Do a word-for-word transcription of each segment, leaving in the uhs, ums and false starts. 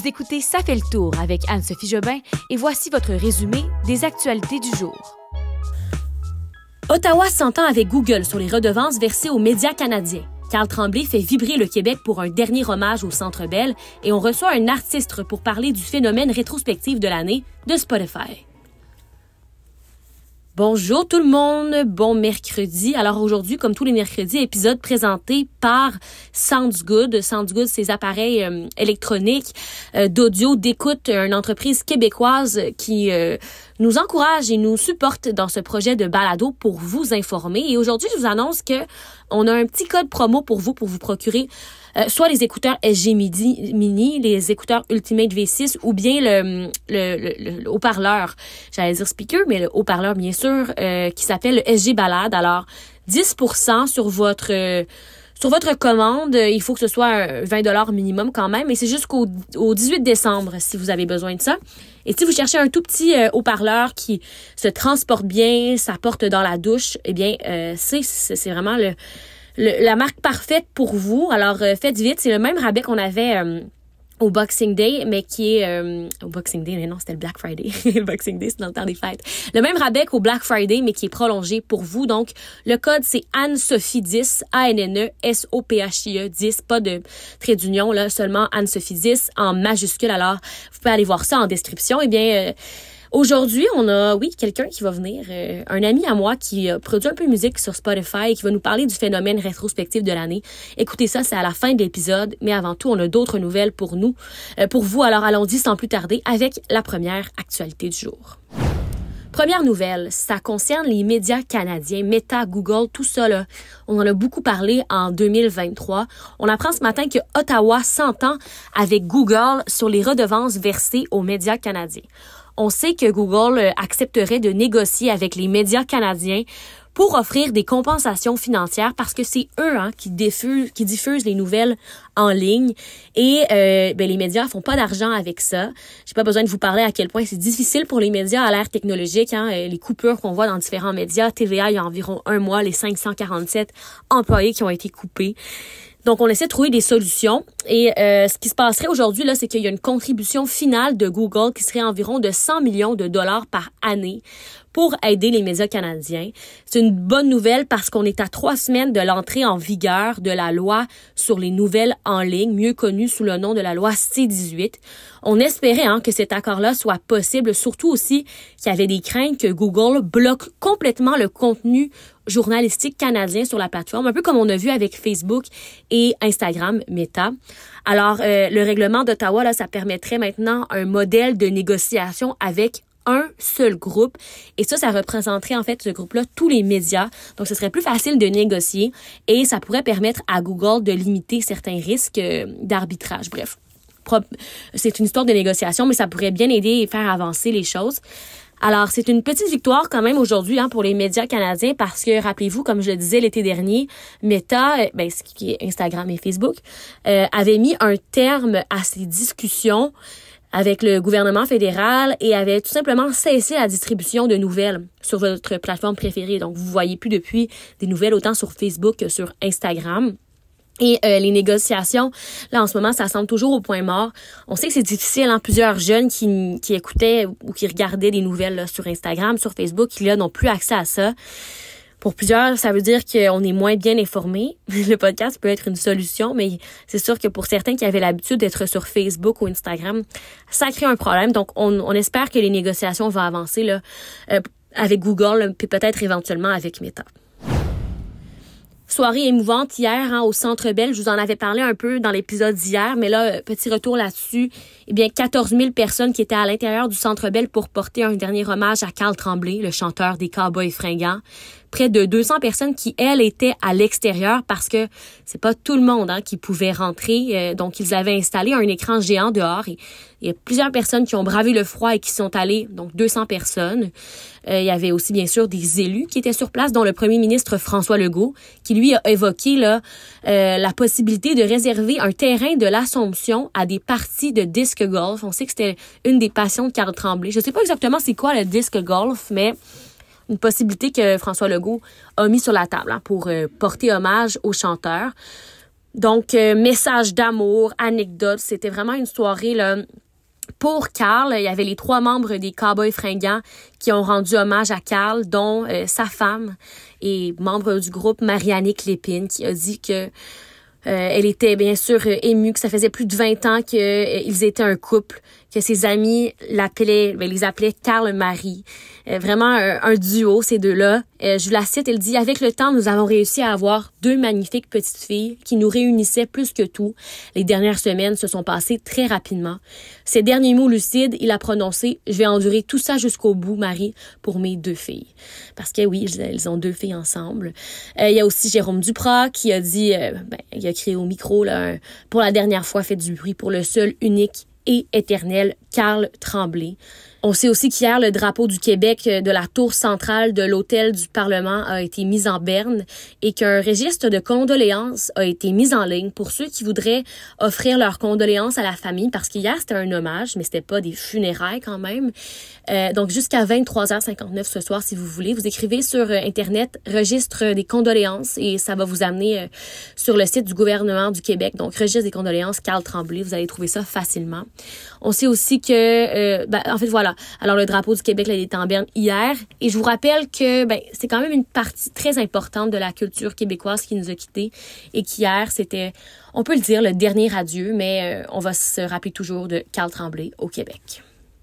Vous écoutez Ça fait le tour avec Anne-Sophie Jobin et voici votre résumé des actualités du jour. Ottawa s'entend avec Google sur les redevances versées aux médias canadiens. Carl Tremblay fait vibrer le Québec pour un dernier hommage au Centre Bell et on reçoit un artiste pour parler du phénomène rétrospectif de l'année de Spotify. Bonjour tout le monde, bon mercredi. Alors aujourd'hui, comme tous les mercredis, épisode présenté par Sounds Good. Sounds Good, ces appareils euh, électroniques euh, d'audio, d'écoute, une entreprise québécoise qui euh, nous encourage et nous supporte dans ce projet de balado pour vous informer. Et aujourd'hui, je vous annonce que on a un petit code promo pour vous, pour vous procurer euh, soit les écouteurs S G Mini, les écouteurs Ultimate V six ou bien le, le, le, le haut-parleur, j'allais dire speaker, mais le haut-parleur bien sûr, euh, qui s'appelle le S G Balade. Alors, dix pour cent sur votre... Euh, Sur votre commande, il faut que ce soit vingt dollars minimum quand même, mais c'est jusqu'au au dix-huit décembre si vous avez besoin de ça. Et si vous cherchez un tout petit euh, haut-parleur qui se transporte bien, ça porte dans la douche, eh bien, euh, c'est, c'est, c'est vraiment le, le, la marque parfaite pour vous. Alors, euh, faites vite, c'est le même rabais qu'on avait... Euh, au Boxing Day, mais qui est... Euh, au Boxing Day, mais non, c'était le Black Friday. Le Boxing Day, c'est dans le temps des fêtes. Le même rabais qu'au Black Friday, mais qui est prolongé pour vous. Donc, le code, c'est Anne-Sophie dix, A N N E S O P H I E dix, pas de trait d'union, là, seulement Anne-Sophie dix en majuscule. Alors, vous pouvez aller voir ça en description. Eh bien... Euh, Aujourd'hui, on a, oui, quelqu'un qui va venir, euh, un ami à moi qui euh, produit un peu de musique sur Spotify et qui va nous parler du phénomène rétrospectif de l'année. Écoutez ça, c'est à la fin de l'épisode, mais avant tout, on a d'autres nouvelles pour nous, euh, pour vous. Alors, allons-y sans plus tarder avec la première actualité du jour. Première nouvelle, ça concerne les médias canadiens, Meta, Google, tout ça, là. On en a beaucoup parlé en deux mille vingt-trois. On apprend ce matin que Ottawa s'entend avec Google sur les redevances versées aux médias canadiens. On sait que Google accepterait de négocier avec les médias canadiens pour offrir des compensations financières parce que c'est eux hein, qui diffusent qui diffusent les nouvelles en ligne et euh, ben les médias font pas d'argent avec ça. J'ai pas besoin de vous parler à quel point c'est difficile pour les médias à l'ère technologique, hein, les coupures qu'on voit dans différents médias. T V A, il y a environ un mois, les cinq cent quarante-sept employés qui ont été coupés. Donc, on essaie de trouver des solutions. Et euh, ce qui se passerait aujourd'hui, là, c'est qu'il y a une contribution finale de Google qui serait environ de cent millions de dollars par année pour aider les médias canadiens. C'est une bonne nouvelle parce qu'on est à trois semaines de l'entrée en vigueur de la loi sur les nouvelles en ligne, mieux connue sous le nom de la loi C dix-huit. On espérait hein, que cet accord-là soit possible, surtout aussi qu'il y avait des craintes que Google bloque complètement le contenu journalistique canadien sur la plateforme, un peu comme on a vu avec Facebook et Instagram, Meta. Alors, euh, le règlement d'Ottawa, là, ça permettrait maintenant un modèle de négociation avec un seul groupe. Et ça, ça représenterait en fait ce groupe-là tous les médias. Donc, ce serait plus facile de négocier et ça pourrait permettre à Google de limiter certains risques euh, d'arbitrage. Bref, c'est une histoire de négociation, mais ça pourrait bien aider et faire avancer les choses. Alors, c'est une petite victoire quand même aujourd'hui hein, pour les médias canadiens parce que, rappelez-vous, comme je le disais l'été dernier, Meta, ben, ce qui est Instagram et Facebook, euh, avait mis un terme à ces discussions avec le gouvernement fédéral et avait tout simplement cessé la distribution de nouvelles sur votre plateforme préférée. Donc, vous voyez plus depuis des nouvelles autant sur Facebook que sur Instagram. Et euh, les négociations, là, en ce moment, ça semble toujours au point mort. On sait que c'est difficile, hein. Plusieurs jeunes qui, qui écoutaient ou qui regardaient des nouvelles là, sur Instagram, sur Facebook, qui, là, n'ont plus accès à ça. Pour plusieurs, ça veut dire qu'on est moins bien informé. Le podcast peut être une solution, mais c'est sûr que pour certains qui avaient l'habitude d'être sur Facebook ou Instagram, ça crée un problème. Donc, on, on espère que les négociations vont avancer là, euh, avec Google, puis peut-être éventuellement avec Meta. Soirée émouvante hier hein, au Centre Bell. Je vous en avais parlé un peu dans l'épisode d'hier, mais là, petit retour là-dessus. Eh bien, quatorze mille personnes qui étaient à l'intérieur du Centre Bell pour porter un dernier hommage à Carl Tremblay, le chanteur des Cowboys fringants. Près de deux cents personnes qui, elles, étaient à l'extérieur parce que c'est pas tout le monde hein, qui pouvait rentrer. Euh, donc, ils avaient installé un écran géant dehors et il y a plusieurs personnes qui ont bravé le froid et qui sont allées, donc deux cents personnes. Euh, il y avait aussi, bien sûr, des élus qui étaient sur place, dont le premier ministre François Legault, qui, lui, a évoqué là, euh, la possibilité de réserver un terrain de l'Assomption à des parties de disc golf. On sait que c'était une des passions de Carl Tremblay. Je sais pas exactement c'est quoi le disc golf, mais une possibilité que François Legault a mis sur la table hein, pour euh, porter hommage au chanteur. Donc, euh, message d'amour, anecdotes, c'était vraiment une soirée là. Pour Carl, il y avait les trois membres des Cowboys fringants qui ont rendu hommage à Carl, dont euh, sa femme et membre du groupe Mariannick Lépine, qui a dit que euh, elle était bien sûr euh, émue, que ça faisait plus de vingt ans qu'ils euh, étaient un couple, que ses amis l'appelaient, ben, les appelaient Carl-Marie. Euh, vraiment un, un duo, ces deux-là. Euh, je la cite, elle dit « Avec le temps, nous avons réussi à avoir deux magnifiques petites filles qui nous réunissaient plus que tout. Les dernières semaines se sont passées très rapidement. Ces derniers mots lucides, il a prononcé « Je vais endurer tout ça jusqu'au bout, Marie, pour mes deux filles. » Parce que oui, ils ont deux filles ensemble. Euh, il y a aussi Jérôme Duprat qui a dit, euh, ben, il a crié au micro, là, un, pour la dernière fois, fait du bruit pour le seul, unique et éternel Carl Tremblay. On sait aussi qu'hier, le drapeau du Québec de la tour centrale de l'hôtel du Parlement a été mis en berne et qu'un registre de condoléances a été mis en ligne pour ceux qui voudraient offrir leurs condoléances à la famille, parce qu'hier, c'était un hommage, mais c'était pas des funérailles quand même. Euh, donc, jusqu'à vingt-trois heures cinquante-neuf ce soir, si vous voulez, vous écrivez sur Internet « Registre des condoléances » et ça va vous amener euh, sur le site du gouvernement du Québec. Donc, Registre des condoléances, Carl Tremblay, vous allez trouver ça facilement. On sait aussi que, euh, ben, en fait, voilà. Alors, le drapeau du Québec, là, il était en berne hier. Et je vous rappelle que, ben, c'est quand même une partie très importante de la culture québécoise qui nous a quittés. Et qu'hier, c'était, on peut le dire, le dernier adieu, mais euh, on va se rappeler toujours de Carl Tremblay au Québec.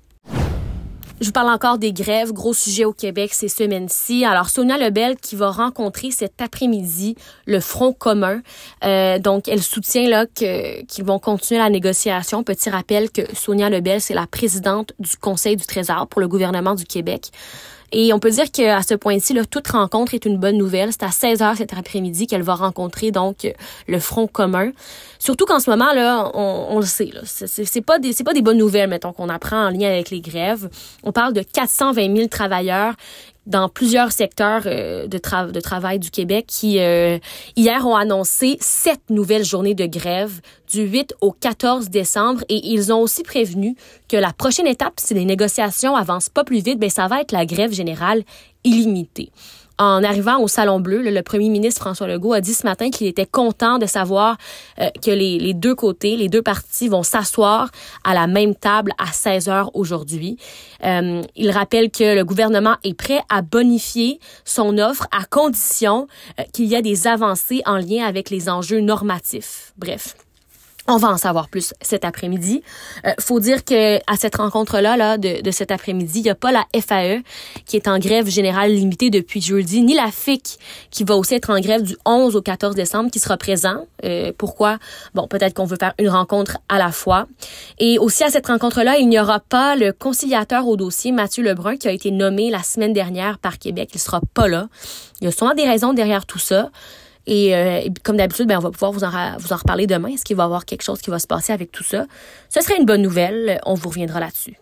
Je vous parle encore des grèves, gros sujet au Québec ces semaines-ci. Alors, Sonia Lebel qui va rencontrer cet après-midi le Front commun. Euh, donc, elle soutient là que qu'ils vont continuer la négociation. Petit rappel que Sonia Lebel, c'est la présidente du Conseil du Trésor pour le gouvernement du Québec. Et on peut dire qu'à ce point-ci, là, toute rencontre est une bonne nouvelle. C'est à seize heures cet après-midi qu'elle va rencontrer donc le Front commun. Surtout qu'en ce moment, là, on, on le sait, là, c'est, c'est pas des, c'est pas des bonnes nouvelles, mettons, qu'on apprend en lien avec les grèves. On parle de quatre cent vingt mille travailleurs dans plusieurs secteurs euh, de, tra- de travail du Québec qui, euh, hier, ont annoncé sept nouvelles journées de grève du huit au quatorze décembre. Et ils ont aussi prévenu que la prochaine étape, si les négociations avancent pas plus vite, ben ça va être la grève générale illimitée. En arrivant au Salon Bleu, le, le premier ministre François Legault a dit ce matin qu'il était content de savoir euh, que les, les deux côtés, les deux parties vont s'asseoir à la même table à seize heures aujourd'hui. Euh, il rappelle que le gouvernement est prêt à bonifier son offre à condition euh, qu'il y ait des avancées en lien avec les enjeux normatifs. Bref. On va en savoir plus cet après-midi. Euh, faut dire que à cette rencontre-là, là, de, de cet après-midi, il n'y a pas la F A E qui est en grève générale limitée depuis jeudi, ni la F I C qui va aussi être en grève du onze au quatorze décembre, qui sera présent. Euh, pourquoi? Bon, peut-être qu'on veut faire une rencontre à la fois. Et aussi à cette rencontre-là, il n'y aura pas le conciliateur au dossier, Mathieu Lebrun, qui a été nommé la semaine dernière par Québec. Il sera pas là. Il y a sûrement des raisons derrière tout ça. Et, euh, et comme d'habitude, ben, on va pouvoir vous en, vous en reparler demain. Est-ce qu'il va y avoir quelque chose qui va se passer avec tout ça? Ce serait une bonne nouvelle. On vous reviendra là-dessus.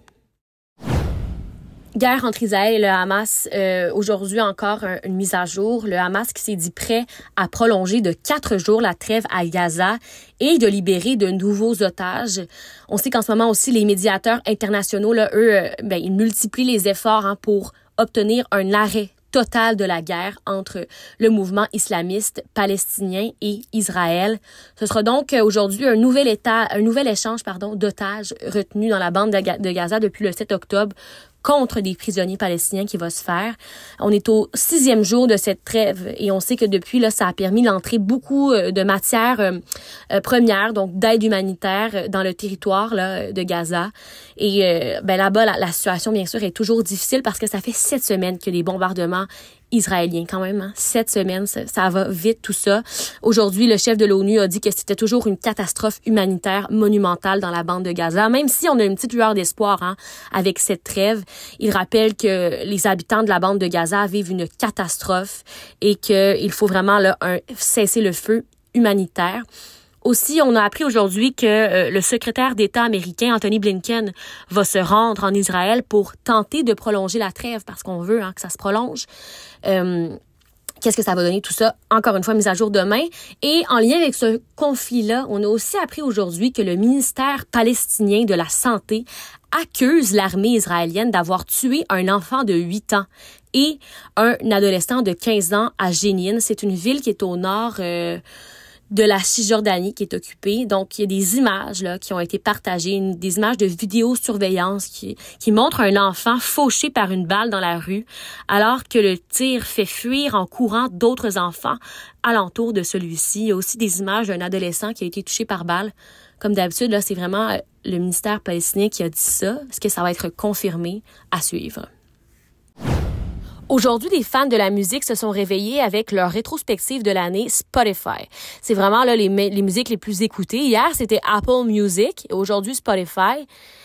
Guerre entre Israël et le Hamas. Euh, aujourd'hui encore un, une mise à jour. Le Hamas qui s'est dit prêt à prolonger de quatre jours la trêve à Gaza et de libérer de nouveaux otages. On sait qu'en ce moment aussi, les médiateurs internationaux, là, eux, euh, ben, ils multiplient les efforts hein, pour obtenir un arrêt total de la guerre entre le mouvement islamiste palestinien et Israël. Ce sera donc aujourd'hui un nouvel état, un nouvel échange, pardon, d'otages retenus dans la bande de Gaza depuis le sept octobre contre des prisonniers palestiniens qui va se faire. On est au sixième jour de cette trêve et on sait que depuis, là, ça a permis l'entrée beaucoup de matières euh, premières, donc d'aide humanitaire dans le territoire là, de Gaza. Et euh, ben là-bas, la, la situation, bien sûr, est toujours difficile parce que ça fait sept semaines que les bombardements israéliens, quand même, hein? Sept semaines, ça, ça va vite tout ça. Aujourd'hui, le chef de l'ONU a dit que c'était toujours une catastrophe humanitaire monumentale dans la bande de Gaza, même si on a une petite lueur d'espoir hein, avec cette trêve. Il rappelle que les habitants de la bande de Gaza vivent une catastrophe et qu'il faut vraiment là, un cessez-le-feu humanitaire. Aussi, on a appris aujourd'hui que euh, le secrétaire d'État américain, Anthony Blinken, va se rendre en Israël pour tenter de prolonger la trêve parce qu'on veut hein, que ça se prolonge. Euh, Qu'est-ce que ça va donner tout ça? Encore une fois, mise à jour demain. Et en lien avec ce conflit-là, on a aussi appris aujourd'hui que le ministère palestinien de la Santé accuse l'armée israélienne d'avoir tué un enfant de huit ans et un adolescent de quinze ans à Jénine. C'est une ville qui est au nord... Euh, de la Cisjordanie qui est occupée. Donc, il y a des images là qui ont été partagées, une, des images de vidéosurveillance qui, qui montrent un enfant fauché par une balle dans la rue, alors que le tir fait fuir en courant d'autres enfants alentour de celui-ci. Il y a aussi des images d'un adolescent qui a été touché par balle. Comme d'habitude, là, c'est vraiment le ministère palestinien qui a dit ça. Est-ce que ça va être confirmé? À suivre. Aujourd'hui, des fans de la musique se sont réveillés avec leur rétrospective de l'année Spotify. C'est vraiment là les, les musiques les plus écoutées. Hier, c'était Apple Music et aujourd'hui, Spotify.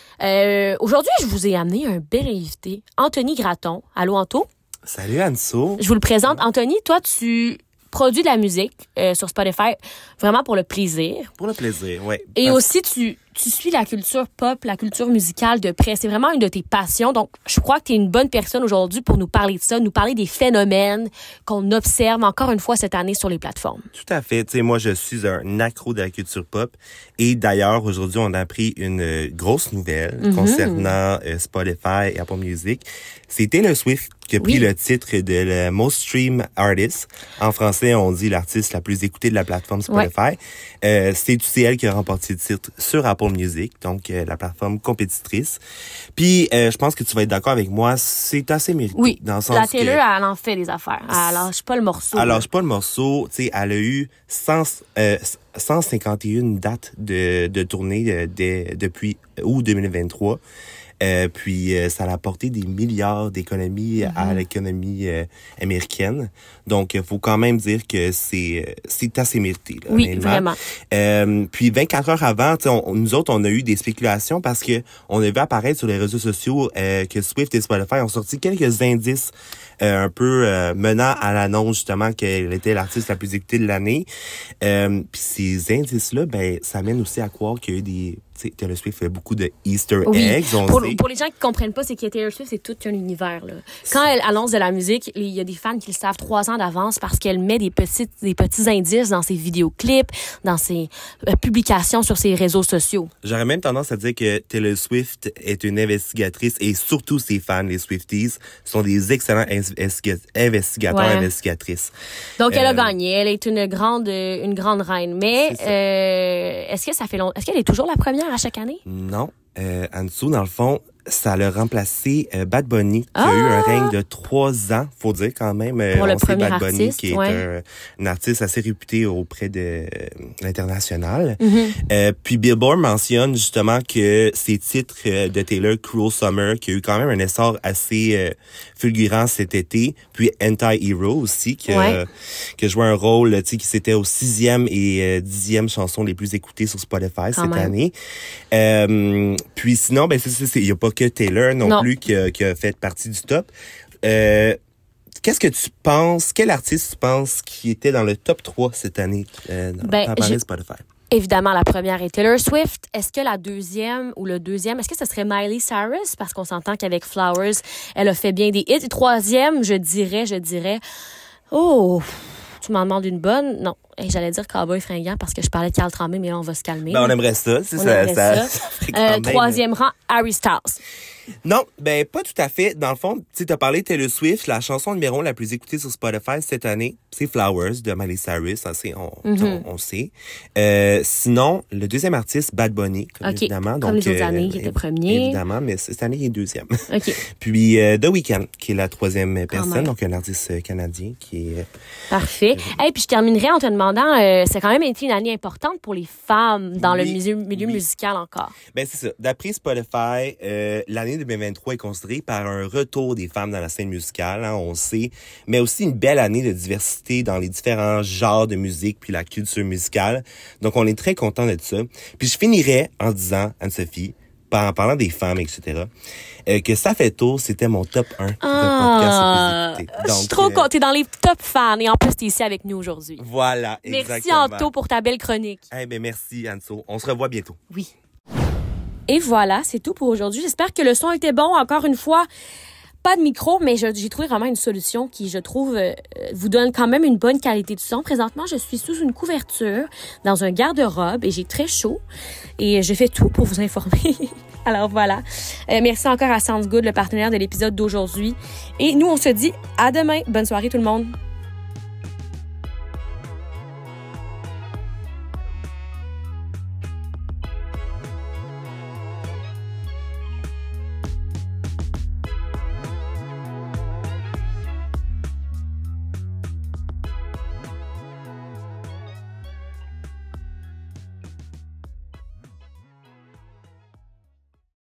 Euh, aujourd'hui, je vous ai amené un bel invité, Anthony Gratton. Allô, Anto? Salut, Anso. Je vous le présente. Anthony, toi, tu produis de la musique euh, sur Spotify vraiment pour le plaisir. Pour le plaisir, oui. Et Parce... aussi, tu... Tu suis la culture pop, la culture musicale de près. C'est vraiment une de tes passions. Donc, je crois que tu es une bonne personne aujourd'hui pour nous parler de ça, nous parler des phénomènes qu'on observe encore une fois cette année sur les plateformes. Tout à fait. Tu sais, moi, je suis un accro de la culture pop. Et d'ailleurs, aujourd'hui, on a appris une euh, grosse nouvelle mm-hmm. concernant euh, Spotify et Apple Music. C'est Taylor Swift qui a pris oui. le titre de le Most Stream Artist. En français, on dit l'artiste la plus écoutée de la plateforme Spotify. Ouais. Euh, c'est, c'est elle qui a remporté le titre sur Apple Music, donc euh, la plateforme compétitrice. Puis, euh, je pense que tu vas être d'accord avec moi, c'est assez mérité. Oui, dans le sens la Taylor, que, elle en fait des affaires. Elle lâche pas le morceau. Elle lâche pas le morceau. Tu sais, elle a eu cent, euh, cent cinquante et une dates de, de tournée de, de, depuis août deux mille vingt-trois. Euh, puis euh, ça a apporté des milliards d'économies mm-hmm. à l'économie euh, américaine. Donc, il faut quand même dire que c'est c'est assez mérité. Là, oui, vraiment. Euh, puis vingt-quatre heures avant, on, nous autres, on a eu des spéculations parce que on a vu apparaître sur les réseaux sociaux euh, que Swift et Spotify ont sorti quelques indices euh, un peu euh, menant à l'annonce justement qu'elle était l'artiste la plus écoutée de l'année. Euh, puis ces indices-là, ben, ça mène aussi à croire qu'il y a eu des... Tu sais, Taylor Swift fait beaucoup de Easter oui. eggs. On pour, sait. pour les gens qui comprennent pas, c'est que Taylor Swift, c'est tout un univers. Là. Quand elle annonce de la musique, il y a des fans qui le savent trois ans d'avance parce qu'elle met des petits, des petits indices dans ses vidéoclips, dans ses euh, publications sur ses réseaux sociaux. J'aurais même tendance à dire que Taylor Swift est une investigatrice et surtout ses fans, les Swifties, sont des excellents investi- investigateurs, ouais. investigatrices. Donc, elle euh, a gagné. Elle est une grande, une grande reine. Mais euh, est-ce que ça fait longtemps? Est-ce qu'elle est toujours la première à chaque année? Non. Euh, en dessous, dans le fond, ça l'a remplacé euh, Bad Bunny, qui ah! a eu un règne de trois ans, faut dire quand même. Euh, Pour le on sait premier Bad Bunny, artiste, qui est ouais. un, un artiste assez réputé auprès de euh, l'international. Mm-hmm. Euh, puis Billboard mentionne justement que ces titres euh, de Taylor, Cruel Summer, qui a eu quand même un essor assez euh, fulgurant cet été, puis Anti-Hero aussi, qui, ouais. euh, qui a joué un rôle, tu sais, qui c'était au sixième et euh, dixième chanson les plus écoutées sur Spotify quand cette même. année. Euh, puis sinon, ben c'est c'est il y a pas que Taylor non, non. plus qui a, qui a fait partie du top. Euh, qu'est-ce que tu penses, quel artiste tu penses qui était dans le top trois cette année euh, dans ben, Paris Spotify? Évidemment, la première est Taylor Swift. Est-ce que la deuxième ou le deuxième, est-ce que ce serait Miley Cyrus? Parce qu'on s'entend qu'avec Flowers, elle a fait bien des hits. Et troisième, je dirais, je dirais, oh... Tu m'en demandes une bonne? Non. Et j'allais dire Cowboy fringant parce que je parlais de Carl Tremblay, mais là, on va se calmer. Ben, on aimerait ça. C'est on ça, aimerait ça, ça. ça euh, troisième rang, Harry Styles. Non, ben pas tout à fait. Dans le fond, tu as parlé de Taylor Swift. La chanson numéro un la plus écoutée sur Spotify cette année, c'est Flowers de Miley Cyrus. Ça, c'est, on, mm-hmm. on, on sait. Euh, sinon, le deuxième artiste, Bad Bunny, comme okay. évidemment. Comme donc, les autres euh, années, qui était premier. Évidemment, mais cette année, il est deuxième. Okay. Puis euh, The Weeknd, qui est la troisième personne, donc un artiste canadien qui est... Parfait. Et hey, puis je terminerai en te demandant, euh, c'est quand même été une année importante pour les femmes dans oui, le milieu, milieu oui. musical encore. Ben c'est ça. D'après Spotify, euh, l'année deux mille vingt-trois est considérée par un retour des femmes dans la scène musicale, hein, on le sait, mais aussi une belle année de diversité dans les différents genres de musique puis la culture musicale. Donc on est très content de ça. Puis je finirais en disant, Anne-Sophie, en parlant des femmes, et cetera, euh, que Ça fait tour, c'était mon top un ah, de podcast. Je suis trop contente. T'es dans les top fans et en plus, t'es ici avec nous aujourd'hui. Voilà, exactement. Merci Anto pour ta belle chronique. Eh ben merci Anso. On se revoit bientôt. Oui. Et voilà, c'est tout pour aujourd'hui. J'espère que le son était bon. Encore une fois, pas de micro, mais je, j'ai trouvé vraiment une solution qui, je trouve, euh, vous donne quand même une bonne qualité de son. Présentement, je suis sous une couverture dans un garde-robe et j'ai très chaud. Et je fais tout pour vous informer. Alors voilà. Euh, merci encore à Sounds Good, le partenaire de l'épisode d'aujourd'hui. Et nous, on se dit à demain. Bonne soirée tout le monde.